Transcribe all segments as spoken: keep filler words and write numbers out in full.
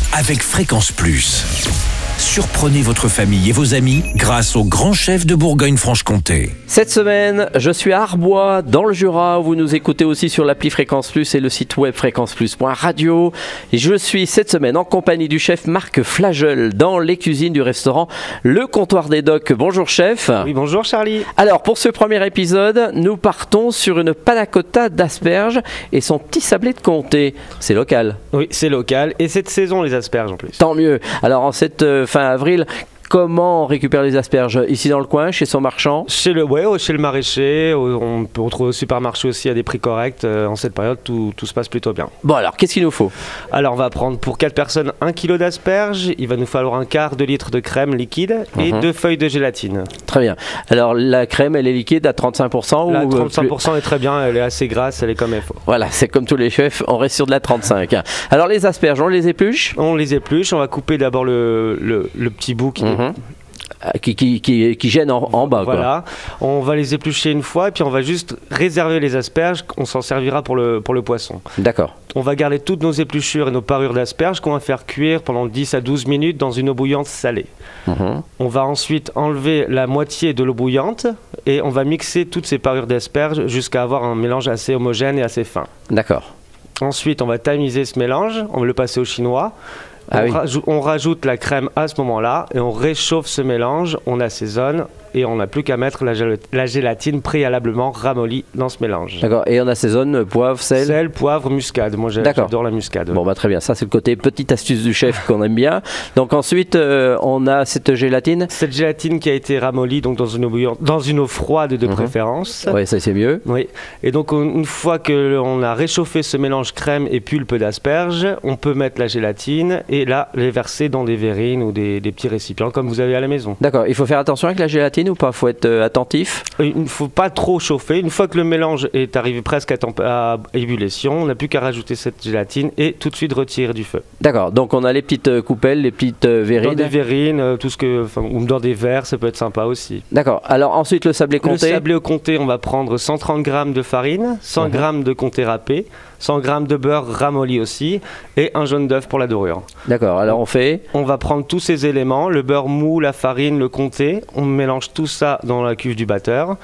avec Fréquence Plus. Surprenez votre famille et vos amis grâce au grand chef de Bourgogne-Franche-Comté. Cette semaine, je suis à Arbois, dans le Jura. Vous nous écoutez aussi sur l'appli Fréquence Plus et le site web fréquence plus point radio. Et je suis cette semaine en compagnie du chef Marc Flagel dans les cuisines du restaurant Le Comptoir des Docks. Bonjour chef. Oui, bonjour Charlie. Alors, pour ce premier épisode, nous partons sur une panna cotta d'asperges et son petit sablé de comté. C'est local. Oui, c'est local et c'est de saison les asperges en plus. Tant mieux. Alors, en cette euh, fin avril, comment on récupère les asperges? Ici dans le coin, chez son marchand? Chez le, ouais, chez le maraîcher, on peut retrouver au supermarché aussi à des prix corrects. En cette période, tout, tout se passe plutôt bien. Bon alors, qu'est-ce qu'il nous faut? Alors, on va prendre pour quatre personnes un kilo d'asperges. Il va nous falloir un quart de litre de crème liquide et Mhm. deux feuilles de gélatine. Très bien. Alors, la crème, elle est liquide à trente-cinq pour cent La ou trente-cinq pour cent plus... est très bien, elle est assez grasse, elle est comme il faut. Voilà, c'est comme tous les chefs, on reste sur de la trente-cinq. Alors, les asperges, on les épluche? On les épluche, on va couper d'abord le, le, le petit bout qui Mhm. Qui, qui, qui, qui gêne en, en bas. Voilà, on va les éplucher une fois et puis on va juste réserver les asperges, on s'en servira pour le, pour le poisson. Quoi. D'accord. On va garder toutes nos épluchures et nos parures d'asperges qu'on va faire cuire pendant dix à douze minutes dans une eau bouillante salée. Mhm. On va ensuite enlever la moitié de l'eau bouillante et on va mixer toutes ces parures d'asperges jusqu'à avoir un mélange assez homogène et assez fin. D'accord. Ensuite, on va tamiser ce mélange, on va le passer au chinois. Ah on, oui. rajou- on rajoute la crème à ce moment-là et on réchauffe ce mélange, on assaisonne et on n'a plus qu'à mettre la, gel- la gélatine préalablement ramollie dans ce mélange. D'accord. Et on assaisonne poivre, sel. Sel, poivre, muscade. Moi j'ai- D'accord. j'adore la muscade. Bon bah très bien, ça c'est le côté petite astuce du chef qu'on aime bien. Donc ensuite euh, on a cette gélatine. Cette gélatine qui a été ramollie donc dans une eau bouillante, dans une eau froide de Mhm. préférence. Oui, ça c'est mieux. Oui. Et donc on- une fois que on a réchauffé ce mélange crème et pulpe d'asperges, on peut mettre la gélatine et là les verser dans des verrines ou des, des petits récipients comme vous avez à la maison. D'accord, il faut faire attention avec la gélatine ou pas? Il faut être euh, attentif. Il ne faut pas trop chauffer. Une fois que le mélange est arrivé presque à, temp- à ébullition, on n'a plus qu'à rajouter cette gélatine et tout de suite retirer du feu. D'accord, donc on a les petites euh, coupelles, les petites euh, Dans verrines. des verrines, euh, tout ce que, enfin, ou dans des verres, ça peut être sympa aussi. D'accord, alors ensuite le sablé Le comté. sablé au comté, on va prendre cent trente grammes de farine, cent Mhm. grammes de comté râpé, cent grammes de beurre ramolli aussi et un jaune d'œuf pour la dorure. D'accord, alors on fait. On va prendre tous ces éléments, le beurre mou, la farine, le comté, on mélange tout ça dans la cuve du batteur.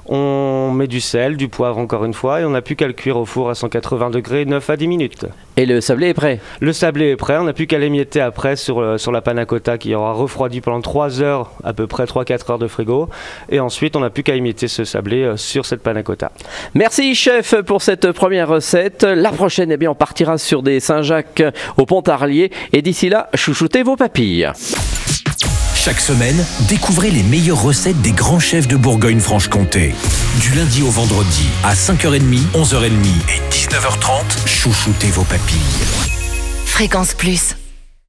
On met du sel, du poivre encore une fois et on n'a plus qu'à le cuire au four à cent quatre-vingts degrés, neuf à dix minutes. Et le sablé est prêt. Le sablé est prêt, on n'a plus qu'à l'émietter après sur, euh, sur la panna cotta qui aura refroidi pendant trois heures, à peu près trois à quatre heures de frigo. Et ensuite, on n'a plus qu'à émietter ce sablé euh, sur cette panna cotta. Merci chef pour cette première recette. La prochaine, eh bien, on partira sur des Saint-Jacques au Pontarlier. Et d'ici là, chouchoutez vos papilles. Chaque semaine, découvrez les meilleures recettes des grands chefs de Bourgogne-Franche-Comté. Du lundi au vendredi, à cinq heures trente, onze heures trente et dix-neuf heures trente, chouchoutez vos papilles. Fréquence Plus.